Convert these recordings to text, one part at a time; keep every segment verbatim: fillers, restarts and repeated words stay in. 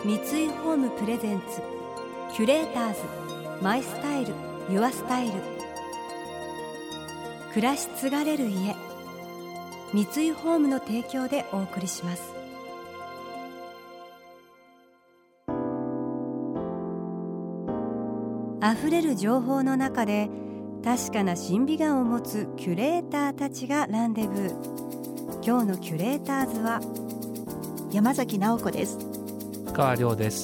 三井ホームプレゼンツキュレーターズマイスタイルユアスタイル、暮らし継がれる家、三井ホームの提供でお送りします。あふれる情報の中で確かな審美眼を持つキュレーターたちがランデブー。今日のキュレーターズは山崎直子です。 川亮です。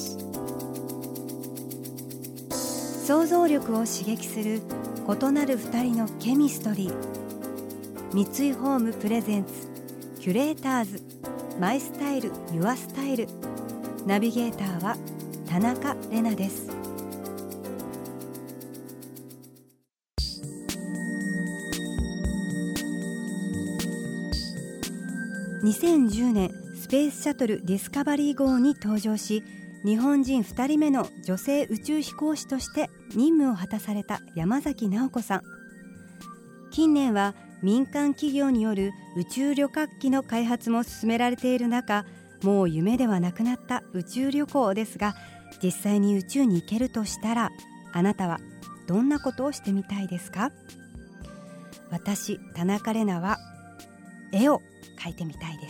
想像力を刺激する異なる二人のケミストリー。三井ホームプレゼンツキュレーターズマイスタイルユアスタイル、ナビゲーターは田中れなです。にせんじゅうねんスペースシャトルディスカバリー号に搭乗し、日本人ふたりめの女性宇宙飛行士として任務を果たされた山崎直子さん。近年は民間企業による宇宙旅客機の開発も進められている中、もう夢ではなくなった宇宙旅行ですが、実際に宇宙に行けるとしたら、あなたはどんなことをしてみたいですか？私、田中れなは絵を描いてみたいです。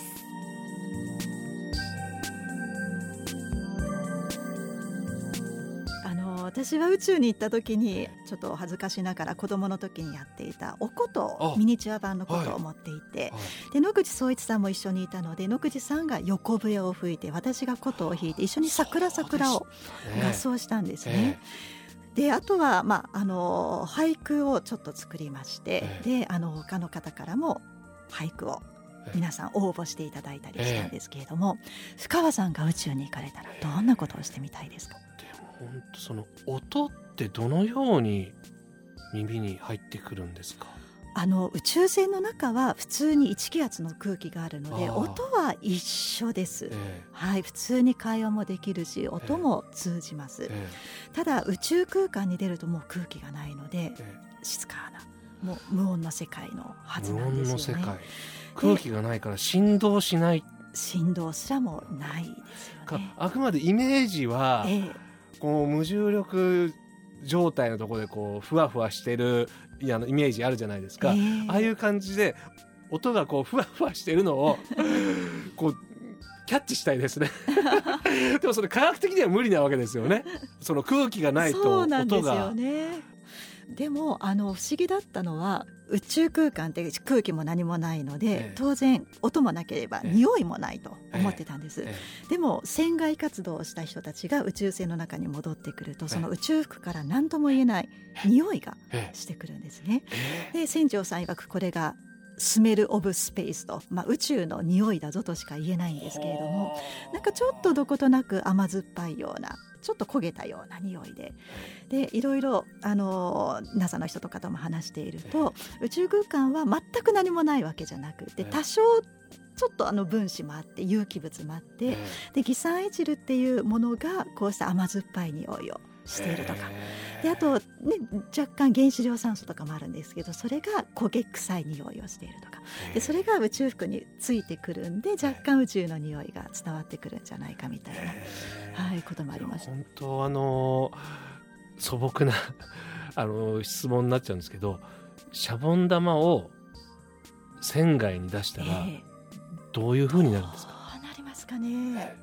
あの私は宇宙に行った時にちょっと恥ずかしながら子供の時にやっていたお琴、ミニチュア版の琴を持っていて、はいはい、で野口聡一さんも一緒にいたので、野口さんが横笛を吹いて私が琴を弾いて一緒に桜桜を合奏したんですね。であとは、まあ、あの俳句をちょっと作りまして、えー、であの他の方からも俳句を皆さん応募していただいたりしたんですけれども、えー、深川さんが宇宙に行かれたらどんなことをしてみたいですか？ でも本当その音ってどのように耳に入ってくるんですか？ あの宇宙船の中は普通にいち気圧の空気があるので、音は一緒です、えーはい、普通に会話もできるし音も通じます、えー、ただ宇宙空間に出るともう空気がないので、えー、静かなもう無音の世界のはずなんですよね。無音の世界、 空気がないから振動しない、 振動すらもないですよね。 あくまでイメージは、えー、こう無重力状態のところでこうふわふわしてるいやあのイメージあるじゃないですか、えー、ああいう感じで音がこうふわふわしてるのをこうキャッチしたいですねでもそれ科学的には無理なわけですよね。その空気がないと音が。 そうなんですよね。でもあの不思議だったのは、宇宙空間って空気も何もないので、ええ、当然音もなければ匂いもないと思ってたんです、えええ、でも船外活動をした人たちが宇宙船の中に戻ってくると、その宇宙服から何とも言えない匂いがしてくるんですね。で船長さん曰くこれがスメルオブスペースと、まあ、宇宙の匂いだぞとしか言えないんですけれども、なんかちょっとどことなく甘酸っぱいような、ちょっと焦げたような匂いで、でいろいろあの ナサ の人とかとも話していると、宇宙空間は全く何もないわけじゃなくて、多少ちょっとあの分子もあって有機物もあって、でギ酸エチルっていうものがこうした甘酸っぱい匂いをしているとか、であと、ね、若干原子量酸素とかもあるんですけど、それが焦げ臭い匂いをしているとかで、それが宇宙服についてくるんで、若干宇宙の匂いが伝わってくるんじゃないかみたいな、はい、こともありました。 本当あの素朴なあの質問になっちゃうんですけど、シャボン玉を船外に出したらどういう風になるんですか？ どうなりますかね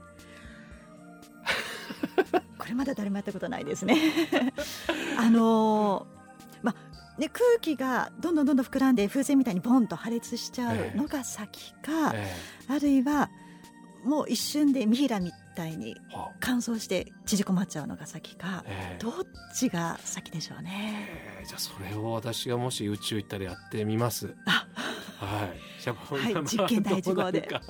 これまだ誰もやったことないですねあのーまね、空気がどんどんどんどん膨らんで風船みたいにボンと破裂しちゃうのが先か、えー、あるいはもう一瞬でミイラみたいに乾燥して縮こまっちゃうのが先か、えー、どっちが先でしょうね、 えー、じゃあそれを私がもし宇宙行ったらやってみます。あ、はい、シャボン玉、 はい、実験第一号で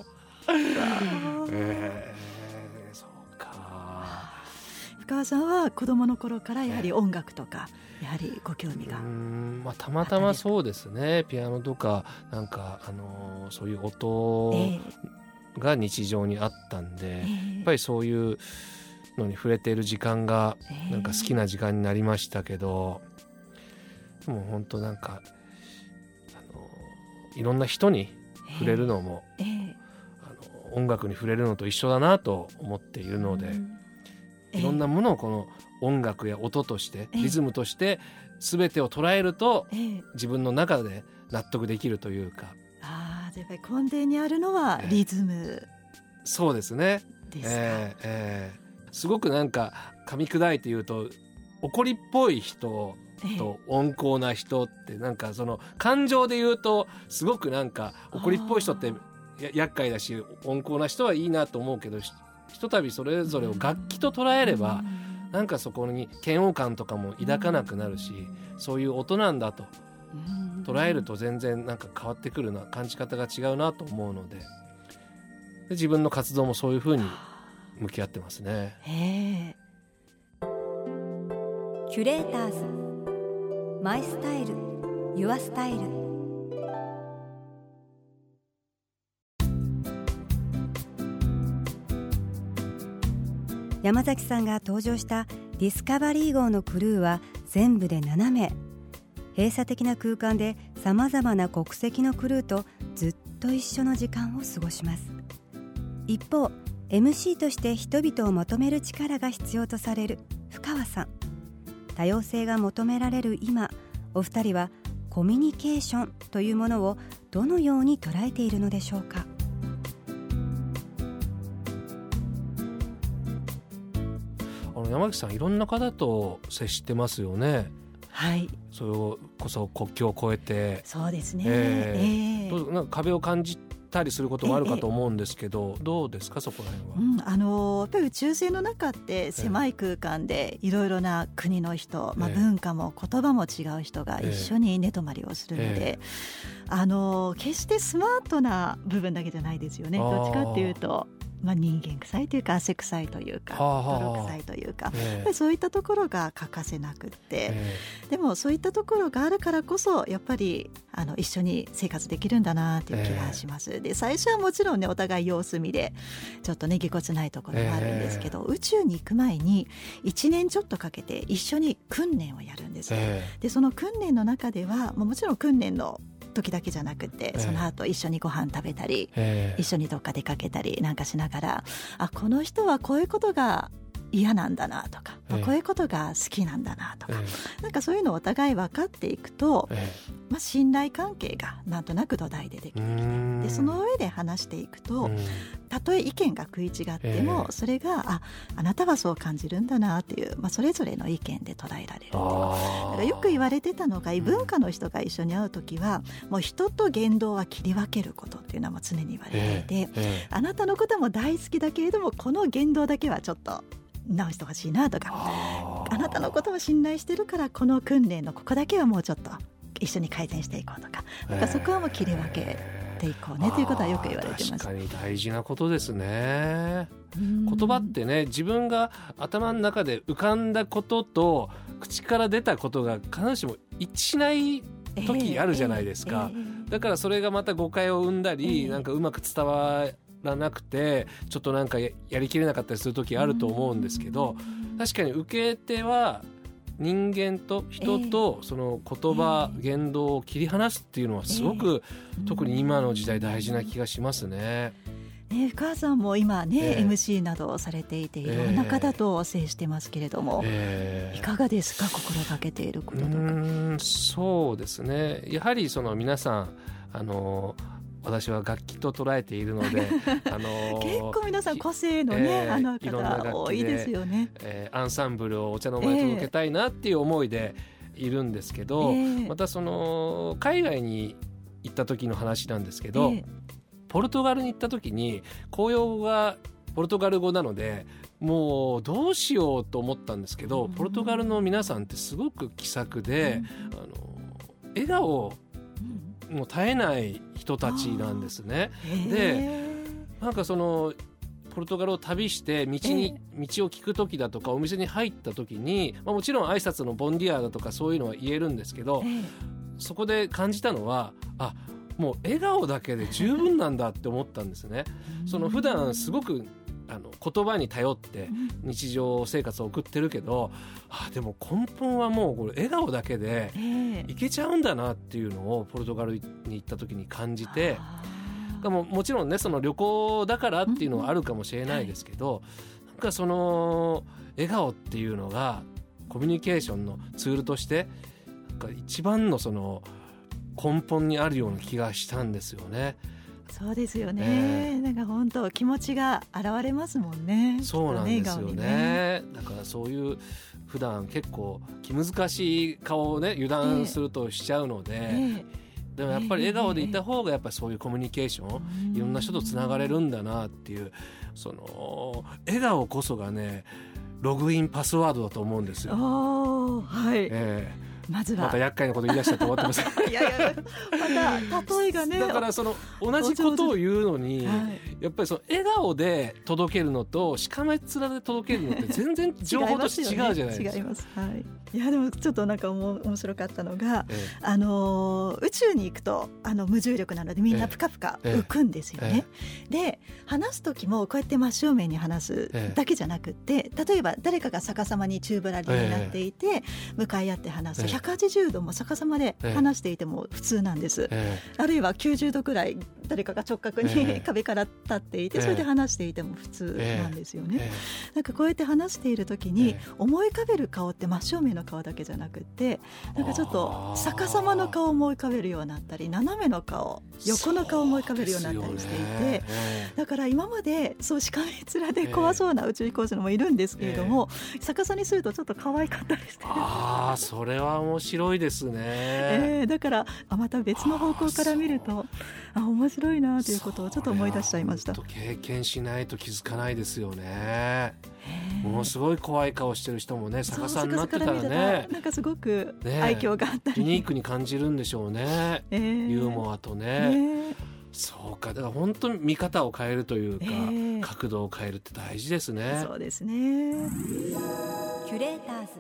えー、そうか。 深川さんは子供の頃からやはり音楽とか、えー、やはりご興味が、うーん、まあ、たまたまそうですね。ピアノとかなんか、あのー、そういう音が日常にあったんで、えー、やっぱりそういうのに触れている時間がなんか好きな時間になりましたけど、えー、でも本当なんか、あのー、いろんな人に触れるのも、えーえー、あの音楽に触れるのと一緒だなと思っているので、 いろんなものをこの音楽や音として、リズムとして全てを捉えると、自分の中で納得できるというか。 ああ、やっぱり根底にあるのはリズム、 そうですね。 ですか。 えーえー、すごくなんか噛み砕いて言うと、怒りっぽい人と温厚な人ってなんかその感情で言うとすごくなんか怒りっぽい人ってや厄介だし、温厚な人はいいなと思うけど、ひとたびそれぞれを楽器と捉えれば、なんかそこに嫌悪感とかも抱かなくなるし、そういう音なんだと捉えると全然なんか変わってくるな、感じ方が違うなと思うので、で自分の活動もそういうふうに向き合ってますね。 へーキュレーターズマイスタイルユアスタイル。山崎さんが搭乗したディスカバリー号のクルーは全部でななめい。閉鎖的な空間でさまざまな国籍のクルーとずっと一緒の時間を過ごします。一方 エムシー として人々をまとめる力が必要とされる深川さん。多様性が求められる今、お二人はコミュニケーションというものをどのように捉えているのでしょうか。 あの山口さん、いろんな方と接してますよね。 はい、 それこそ国境を越えて。 そうですね、 えーえー、 どうなんか壁を感じたりすることもあるかと思うんですけど、えー、どうですかそこら辺は。 うん、あのやっぱり宇宙船の中って狭い空間でいろいろな国の人、まあ、文化も言葉も違う人が一緒に寝泊まりをするので、えー、あの決してスマートな部分だけじゃないですよね。どっちかっていうとまあ、人間臭いというか汗臭いというか泥臭いというか、やっぱりそういったところが欠かせなくって、えー、でもそういったところがあるからこそやっぱりあの一緒に生活できるんだなという気がします、えー、で最初はもちろんねお互い様子見でちょっとねぎこちないところもあるんですけど、えー、宇宙に行く前にいちねんちょっとかけて一緒に訓練をやるんです、えー、でその訓練の中ではもちろん訓練の時だけじゃなくて、その後一緒にご飯食べたり、えー、一緒にどっか出かけたりなんかしながら、あこの人はこういうことが嫌なんだなとか、えー、こういうことが好きなんだなとか、えー、なんかそういうのをお互い分かっていくと、えーまあ、信頼関係がなんとなく土台でできてきて、でその上で話していくと、たとえ意見が食い違っても、えー、それが あ, あなたはそう感じるんだなっていう、まあ、それぞれの意見で捉えられる。だからよく言われてたのが異文化の人が一緒に会うときは、もう人と言動は切り分けることっていうのはもう常に言われていて、えーえー、あなたのことも大好きだけれどもこの言動だけはちょっと直してほしいなとか、 あ, あなたのことを信頼してるからこの訓練のここだけはもうちょっと一緒に改善していこうとか、なんかそこはもう切り分けていこうねということはよく言われてます。 確かに大事なことですね。言葉ってね、自分が頭の中で浮かんだことと口から出たことが必ずしも一致しない時あるじゃないですか、えーえー、だからそれがまた誤解を生んだり、えー、なんかうまく伝わらなくてちょっとなんか や, やりきれなかったりする時あると思うんですけど、確かに受け手は人間と人とその言葉、えー、言動を切り離すっていうのはすごく、えー、特に今の時代大事な気がしますね。 ね、深川さんも今ね、えー、エムシー などをされていていろんな方と接してますけれども、えー、いかがですか、心がけていることとか。うーん、そうですね、やはりその皆さんあの私は楽器と捉えているのであの結構皆さん個性のね、えー、あの方多いですよね、 えー、アンサンブルをお茶の間に届けたいなっていう思いでいるんですけど、えー、またその海外に行った時の話なんですけど、えー、ポルトガルに行った時に公用語がポルトガル語なのでもうどうしようと思ったんですけど、うん、ポルトガルの皆さんってすごく気さくで、うん、あの笑顔もう絶えない人たちなんですね。でなんかそのポルトガルを旅して道に道を聞く時だとかお店に入った時に、まあ、もちろん挨拶のボンディアだとかそういうのは言えるんですけど、そこで感じたのはあもう笑顔だけで十分なんだって思ったんですね。その普段すごくあの言葉に頼って日常生活を送ってるけど、あでも根本はもうこれ笑顔だけでいけちゃうんだなっていうのをポルトガルに行った時に感じて、ももちろんねその旅行だからっていうのはあるかもしれないですけど、なんかその笑顔っていうのがコミュニケーションのツールとしてなんか一番のその根本にあるような気がしたんですよね。 そうですよね、えー、なんか本当気持ちが現れますもんね。 そうなんですよ ね, ねだからそういう普段結構気難しい顔をね油断するとしちゃうので、えー、でもやっぱり笑顔でいた方がやっぱりそういうコミュニケーション、えー、いろんな人とつながれるんだなっていうその笑顔こそがねログインパスワードだと思うんですよ。 おー、はい、 えーまずはまた厄介なこと言い出したと思ってますいやいやまた例えがねだからその同じことを言うのに、はい、やっぱりその笑顔で届けるのとしかめっ面で届けるのって全然情報として違うじゃないですか。 違います、はい、いやでもちょっとなんか面白かったのが、ええ、あの宇宙に行くとあの無重力なのでみんなプカプカ浮くんですよね、ええ、で話す時もこうやって真正面に話すだけじゃなくて、例えば誰かが逆さまに宙ぶらりになっていて、ええ、向かい合って話す、ええ、ひゃくはちじゅうども逆さまで話していても普通なんです、ええ、あるいはきゅうじゅうどくらい誰かが直角に、ええ、壁から立っていてそれで話していても普通なんですよね、ええ、なんかこうやって話している時に思い浮かべる顔って真正面の顔だけじゃなくてなんかちょっと逆さまの顔を思い浮かべるようになったり斜めの顔横の顔を思い浮かべるようになったりしていて、だから今までそうしかめっ面で怖そうな宇宙飛行士のもいるんですけれども、逆さにするとちょっと可愛かったりして、 あそれは面白いですね、 えー、だからまた別の方向から見るとあ面白いなということをちょっと思い出しちゃいました。 経験しないと気づかないですよね。ものすごい怖い顔してる人もね逆さになってたらねなんかすごく愛嬌があったり、 ね、ユニークに感じるんでしょうね、えー、ユーモアとね、えー、そうかだから本当に見方を変えるというか、えー、角度を変えるって大事ですね。 そうですね。 キュレーターズ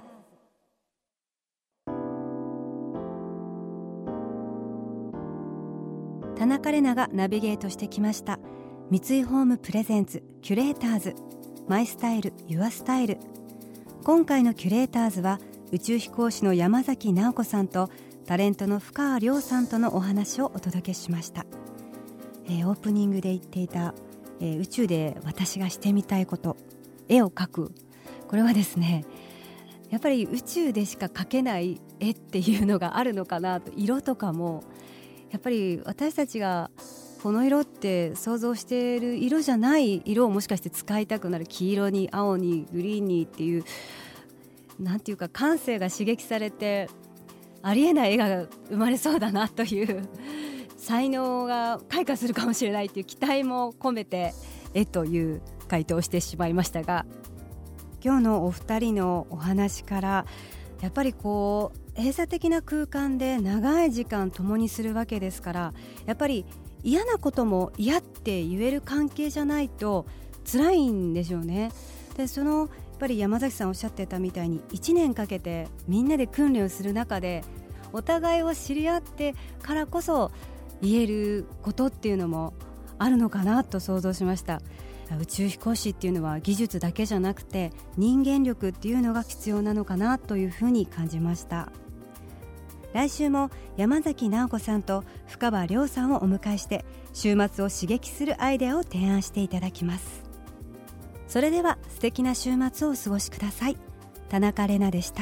田中れながナビゲートしてきました三井ホームプレゼンツキュレーターズマイスタイルユアスタイル。今回のキュレーターズは宇宙飛行士の山崎直子さんとタレントの深川亮さんとのお話をお届けしました。えー、オープニングで言っていた、えー、宇宙で私がしてみたいこと絵を描く、これはですねやっぱり宇宙でしか描けない絵っていうのがあるのかなと。色とかもやっぱり私たちがこの色って想像している色じゃない色をもしかして使いたくなる、黄色に青にグリーンにっていうなんていうか感性が刺激されてありえない絵が生まれそうだなという才能が開花するかもしれないという期待も込めて絵という回答をしてしまいましたが、今日のお二人のお話からやっぱりこう閉鎖的な空間で長い時間共にするわけですから、やっぱり嫌なことも嫌って言える関係じゃないと辛いんでしょうね。でそのやっぱり山崎さんおっしゃってたみたいにいちねんかけてみんなで訓練をする中でお互いを知り合ってからこそ言えることっていうのもあるのかなと想像しました。宇宙飛行士っていうのは技術だけじゃなくて人間力っていうのが必要なのかなというふうに感じました。来週も山崎直子さんと深川亮さんをお迎えして週末を刺激するアイデアを提案していただきます。それでは素敵な週末をお過ごしください。田中れなでした。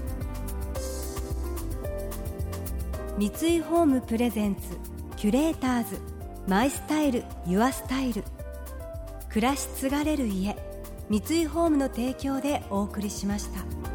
三井ホームプレゼンツキュレーターズマイスタイルユアスタイル。暮らし継がれる家、三井ホームの提供でお送りしました。